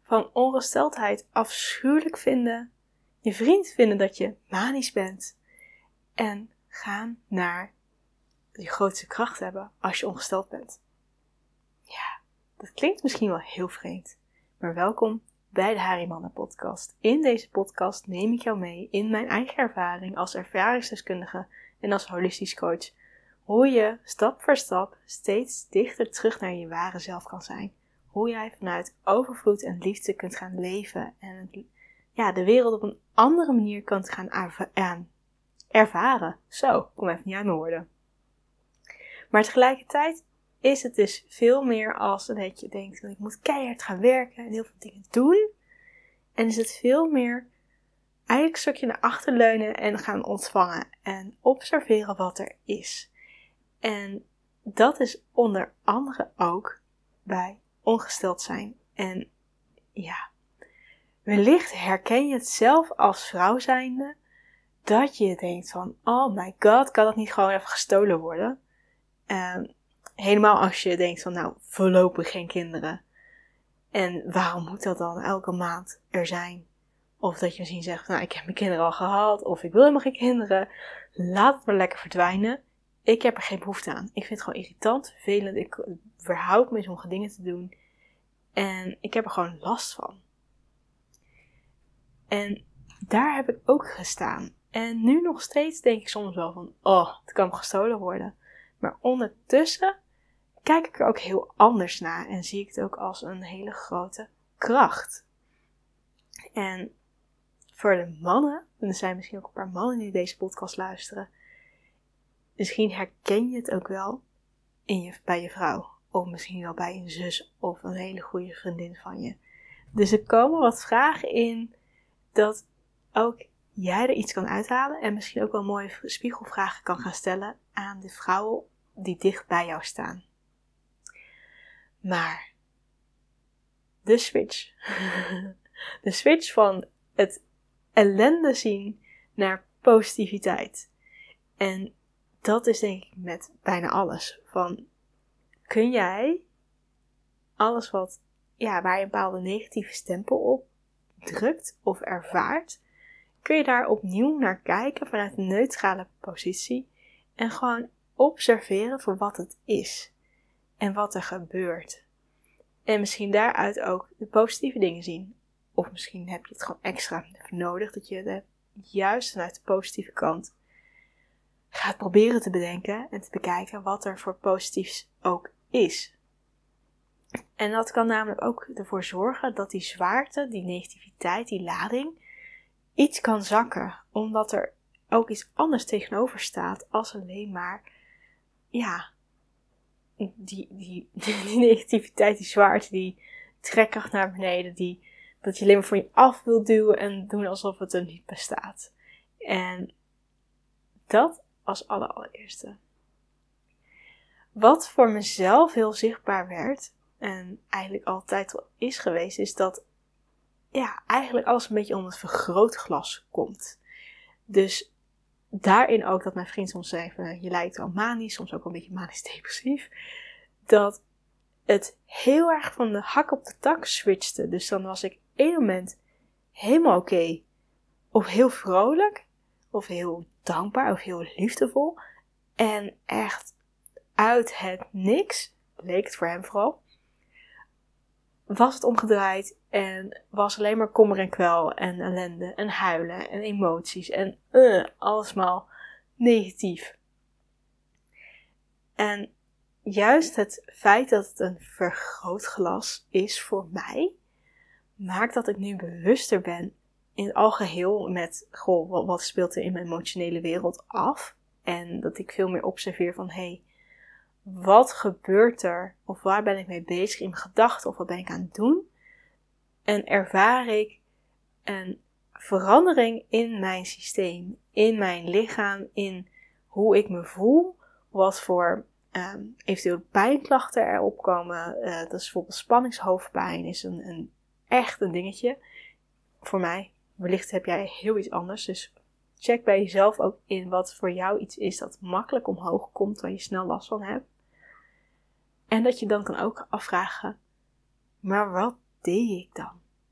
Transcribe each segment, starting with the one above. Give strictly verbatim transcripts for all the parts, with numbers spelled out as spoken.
van ongesteldheid afschuwelijk vinden, je vriend vinden dat je manisch bent en gaan naar je grootste kracht hebben als je ongesteld bent. Ja, dat klinkt misschien wel heel vreemd, maar welkom bij de Harimanna podcast. In deze podcast neem ik jou mee in mijn eigen ervaring als ervaringsdeskundige en als holistisch coach, hoe je stap voor stap steeds dichter terug naar je ware zelf kan zijn. Hoe jij vanuit overvloed en liefde kunt gaan leven en ja, de wereld op een andere manier kunt gaan erva- ervaren. Zo, kom even niet uit mijn woorden. Maar tegelijkertijd is het dus veel meer als dat je denkt, ik moet keihard gaan werken en heel veel dingen doen. En is het veel meer eigenlijk een stukje naar achter leunen en gaan ontvangen en observeren wat er is. En dat is onder andere ook bij ongesteld zijn. En ja, wellicht herken je het zelf als vrouw zijnde, dat je denkt van, oh my god, kan dat niet gewoon even gestolen worden? Um, helemaal als je denkt van, nou, voorlopig geen kinderen. En waarom moet dat dan elke maand er zijn? Of dat je misschien zegt, nou, ik heb mijn kinderen al gehad, of ik wil helemaal geen kinderen. Laat het maar lekker verdwijnen. Ik heb er geen behoefte aan. Ik vind het gewoon irritant, vervelend. Ik verhoud me sommige dingen te doen. En ik heb er gewoon last van. En daar heb ik ook gestaan. En nu nog steeds denk ik soms wel van, oh, het kan gestolen worden. Maar ondertussen kijk ik er ook heel anders naar. En zie ik het ook als een hele grote kracht. En voor de mannen, en er zijn misschien ook een paar mannen die deze podcast luisteren. Misschien herken je het ook wel in je, bij je vrouw. Of misschien wel bij een zus of een hele goede vriendin van je. Dus er komen wat vragen in dat ook jij er iets kan uithalen. En misschien ook wel mooie spiegelvragen kan gaan stellen aan de vrouwen die dicht bij jou staan. Maar de switch. De switch van het ellende zien naar positiviteit. En dat is denk ik met bijna alles. Van, kun jij alles wat, ja, waar je een bepaalde negatieve stempel op drukt of ervaart, kun je daar opnieuw naar kijken vanuit een neutrale positie en gewoon observeren voor wat het is en wat er gebeurt. En misschien daaruit ook de positieve dingen zien. Of misschien heb je het gewoon extra nodig, dat je het juist vanuit de positieve kant gaat proberen te bedenken en te bekijken wat er voor positiefs ook is. En dat kan namelijk ook ervoor zorgen dat die zwaarte, die negativiteit, die lading iets kan zakken. Omdat er ook iets anders tegenover staat als alleen maar, ja, die, die, die negativiteit, die zwaarte, die trekkracht naar beneden, die, dat je alleen maar voor je af wil duwen en doen alsof het er niet bestaat. En dat als aller allereerste. Wat voor mezelf heel zichtbaar werd, en eigenlijk altijd al is geweest, is dat ja, eigenlijk alles een beetje onder het vergrootglas komt. Dus daarin ook dat mijn vriend soms zei van, je lijkt wel manisch, soms ook wel een beetje manisch depressief. Dat het heel erg van de hak op de tak switchte. Dus dan was ik één moment helemaal oké, okay, of heel vrolijk, of heel dankbaar, of heel liefdevol. En echt uit het niks, leek het voor hem vooral, was het omgedraaid en was alleen maar kommer en kwel en ellende en huilen en emoties en uh, allesmaal negatief. En juist het feit dat het een vergrootglas is voor mij, maakt dat ik nu bewuster ben in het algeheel met, goh, wat speelt er in mijn emotionele wereld af? En dat ik veel meer observeer van, hé, hey, wat gebeurt er? Of waar ben ik mee bezig in mijn gedachten? Of wat ben ik aan het doen? En ervaar ik een verandering in mijn systeem, in mijn lichaam, in hoe ik me voel, wat voor um, eventueel pijnklachten er opkomen. Uh, dat is bijvoorbeeld spanningshoofdpijn, is een, een echt een dingetje voor mij. Wellicht heb jij heel iets anders, dus check bij jezelf ook in wat voor jou iets is dat makkelijk omhoog komt, waar je snel last van hebt. En dat je dan kan ook afvragen, maar wat deed ik dan?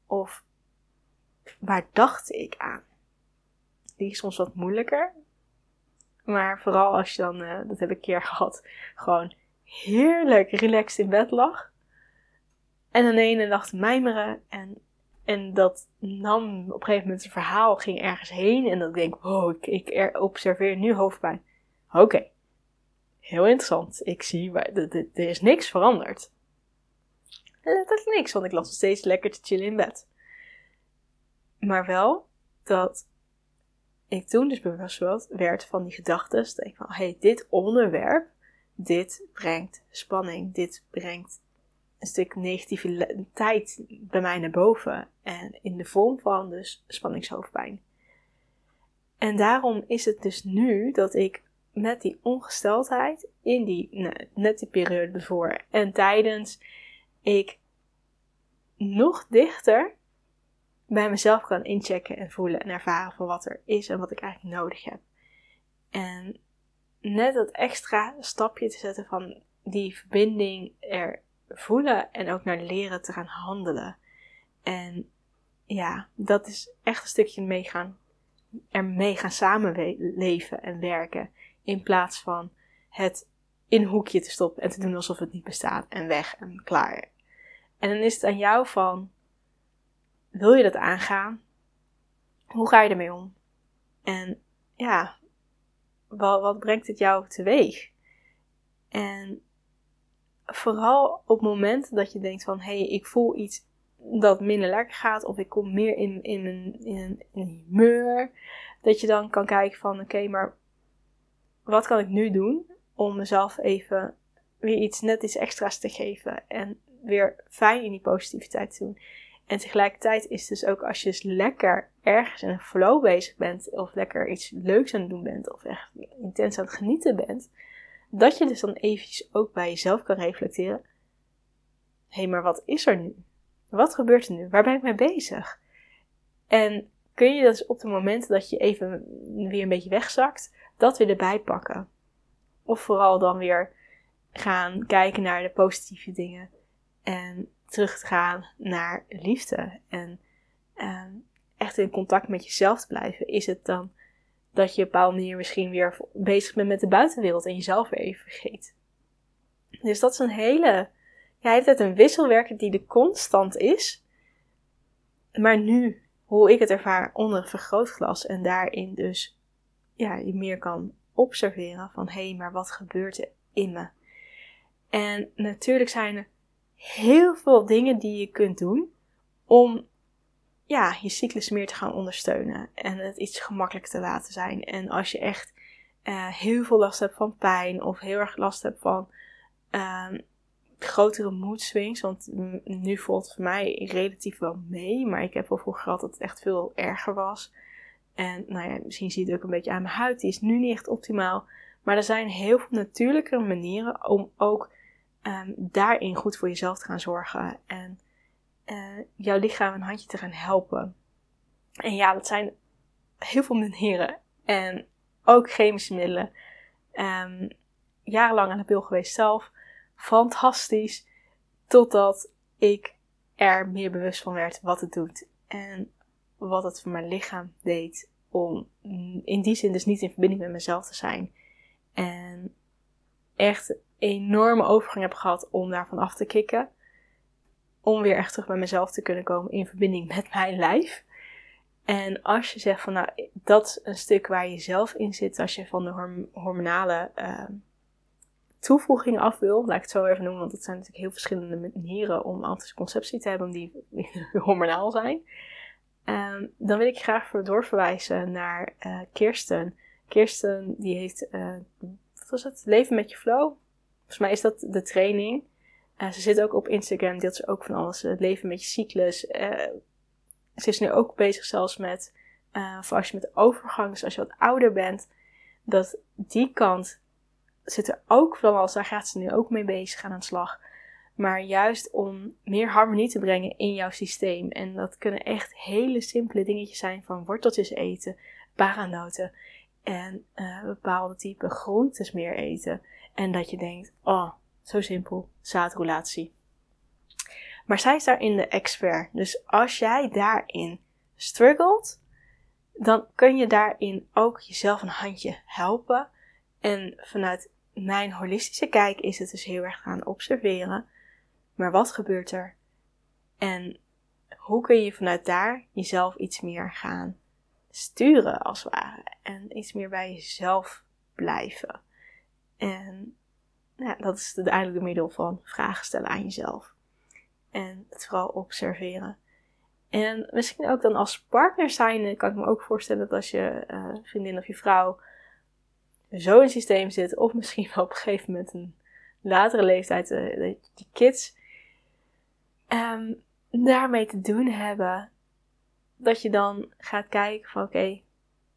Of waar dacht ik aan? Die is soms wat moeilijker. Maar vooral als je dan, uh, dat heb ik een keer gehad, gewoon heerlijk relaxed in bed lag. En dan de ene dag te mijmeren. En, en dat nam op een gegeven moment een verhaal, ging ergens heen. En dan denk ik, wow, ik, ik er observeer nu hoofdpijn. Oké, okay. Heel interessant. Ik zie, waar, d- d- er is niks veranderd. Letterlijk niks, want ik lag nog steeds lekker te chillen in bed. Maar wel dat ik toen dus bewust werd van die gedachten. Dat ik van, hey, dit onderwerp, dit brengt spanning. Dit brengt een stuk negativiteit bij mij naar boven. En in de vorm van dus spanningshoofdpijn. En daarom is het dus nu dat ik met die ongesteldheid, in die, nou, net die periode ervoor en tijdens, ik nog dichter bij mezelf kan inchecken en voelen en ervaren van wat er is en wat ik eigenlijk nodig heb. En net dat extra stapje te zetten van die verbinding er voelen en ook naar leren te gaan handelen. En ja, dat is echt een stukje meegaan, ermee gaan samenleven en werken. In plaats van het in een hoekje te stoppen en te doen alsof het niet bestaat en weg en klaar. En dan is het aan jou van, wil je dat aangaan? Hoe ga je ermee om? En ja, wat, wat brengt het jou teweeg? En vooral op momenten dat je denkt van, hé, hey, ik voel iets dat minder lekker gaat, of ik kom meer in, in, een, in, een, in een humeur, dat je dan kan kijken van, oké, okay, maar wat kan ik nu doen om mezelf even weer iets net iets extra's te geven en weer fijn in die positiviteit te doen. En tegelijkertijd is het dus ook als je dus lekker ergens in een flow bezig bent, of lekker iets leuks aan het doen bent, of echt intens aan het genieten bent, dat je dus dan eventjes ook bij jezelf kan reflecteren. Hé, hey, maar wat is er nu? Wat gebeurt er nu? Waar ben ik mee bezig? En kun je dus op de momenten dat je even weer een beetje wegzakt, dat weer erbij pakken. Of vooral dan weer gaan kijken naar de positieve dingen. En terug te gaan naar liefde. En um, echt in contact met jezelf te blijven. Is het dan dat je op een bepaalde manier misschien weer bezig bent met de buitenwereld en jezelf weer even vergeet. Dus dat is een hele, ja, het is een wisselwerking die de constant is. Maar nu, hoe ik het ervaar onder een vergrootglas en daarin dus, ja, je meer kan observeren van, hé, hey, maar wat gebeurt er in me? En natuurlijk zijn er heel veel dingen die je kunt doen om, ja, je cyclus meer te gaan ondersteunen en het iets gemakkelijker te laten zijn. En als je echt uh, heel veel last hebt van pijn of heel erg last hebt van uh, grotere mood swings, want nu voelt het voor mij relatief wel mee, maar ik heb wel vroeger gehad dat het echt veel erger was. En nou ja, misschien zie je het ook een beetje aan mijn huid, die is nu niet echt optimaal. Maar er zijn heel veel natuurlijke manieren om ook um, daarin goed voor jezelf te gaan zorgen. En uh, jouw lichaam een handje te gaan helpen. En ja, dat zijn heel veel manieren. En ook chemische middelen. Um, jarenlang aan de pil geweest zelf. Fantastisch. Totdat ik er meer bewust van werd wat het doet. En wat het voor mijn lichaam deed. Om in die zin dus niet in verbinding met mezelf te zijn. En echt een enorme overgang heb gehad om daarvan af te kicken. Om weer echt terug bij mezelf te kunnen komen in verbinding met mijn lijf. En als je zegt van nou, dat is een stuk waar je zelf in zit. Als je van de horm- hormonale uh, toevoegingen af wil. Laat ik het zo even noemen. Want het zijn natuurlijk heel verschillende manieren om anticonceptie te hebben. Die hormonaal zijn. Um, dan wil ik graag voor doorverwijzen naar uh, Kirsten. Kirsten die heeft, uh, wat was het? Leven met je flow. Volgens mij is dat de training. Uh, ze zit ook op Instagram, deelt ze ook van alles. Het leven met je cyclus. Uh, ze is nu ook bezig zelfs met, uh, voor als je met de overgang, dus als je wat ouder bent, dat die kant zit er ook van alles. Daar gaat ze nu ook mee bezig aan de slag. Maar juist om meer harmonie te brengen in jouw systeem. En dat kunnen echt hele simpele dingetjes zijn van worteltjes eten, paranoten en uh, bepaalde type groentes meer eten. En dat je denkt, oh, zo simpel, zaadroulatie. Maar zij is daarin de expert. Dus als jij daarin struggelt, dan kun je daarin ook jezelf een handje helpen. En vanuit mijn holistische kijk is het dus heel erg gaan observeren. Maar wat gebeurt er? En hoe kun je vanuit daar jezelf iets meer gaan sturen als het ware. En iets meer bij jezelf blijven. En ja, dat is uiteindelijk de middel van vragen stellen aan jezelf. En het vooral observeren. En misschien ook dan als partner zijnde kan ik me ook voorstellen dat als je uh, vriendin of je vrouw zo in het systeem zit. Of misschien wel op een gegeven moment een latere leeftijd, uh, die kids. Um, daarmee te doen hebben. Dat je dan gaat kijken van oké. Okay,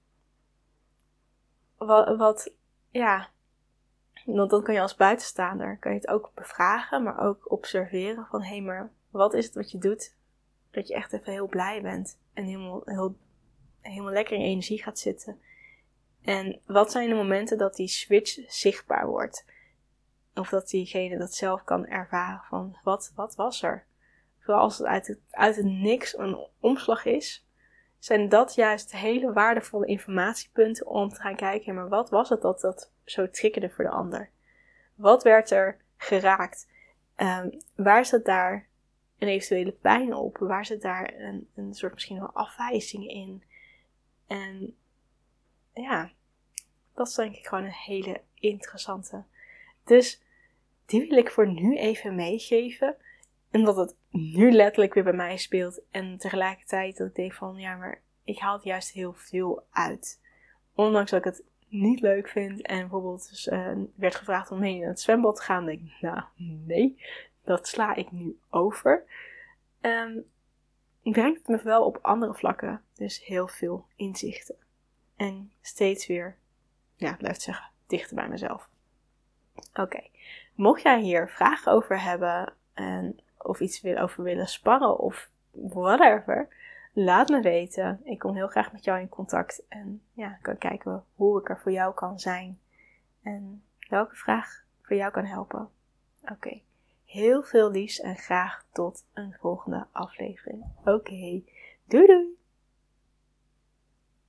wat, wat, ja. Want dan kan je als buitenstaander, kan je het ook bevragen. Maar ook observeren van hé, hey, maar wat is het wat je doet? Dat je echt even heel blij bent. En helemaal, heel, helemaal lekker in je energie gaat zitten. En wat zijn de momenten dat die switch zichtbaar wordt? Of dat diegene dat zelf kan ervaren van wat, wat was er? Vooral als het uit het, uit het niks een omslag is. Zijn dat juist hele waardevolle informatiepunten om te gaan kijken. Maar wat was het dat dat zo triggerde voor de ander? Wat werd er geraakt? Um, waar zit daar een eventuele pijn op? Waar zit daar een, een soort misschien wel afwijzing in? En ja, dat is denk ik gewoon een hele interessante. Dus die wil ik voor nu even meegeven. Omdat het nu letterlijk weer bij mij speelt. En tegelijkertijd dat ik denk van ja, maar ik haal het juist heel veel uit. Ondanks dat ik het niet leuk vind. En bijvoorbeeld dus, uh, werd gevraagd om mee naar het zwembad te gaan. Denk ik, nou nee, dat sla ik nu over. Um, brengt het me wel op andere vlakken. Dus heel veel inzichten. En steeds weer, ja, blijf zeggen, dichter bij mezelf. Oké, okay. Mocht jij hier vragen over hebben en of iets over willen sparren of whatever, laat me weten. Ik kom heel graag met jou in contact en ja, kan kijken hoe ik er voor jou kan zijn en welke vraag voor jou kan helpen. Oké, okay. Heel veel liefs en graag tot een volgende aflevering. Oké, okay. Doei doei!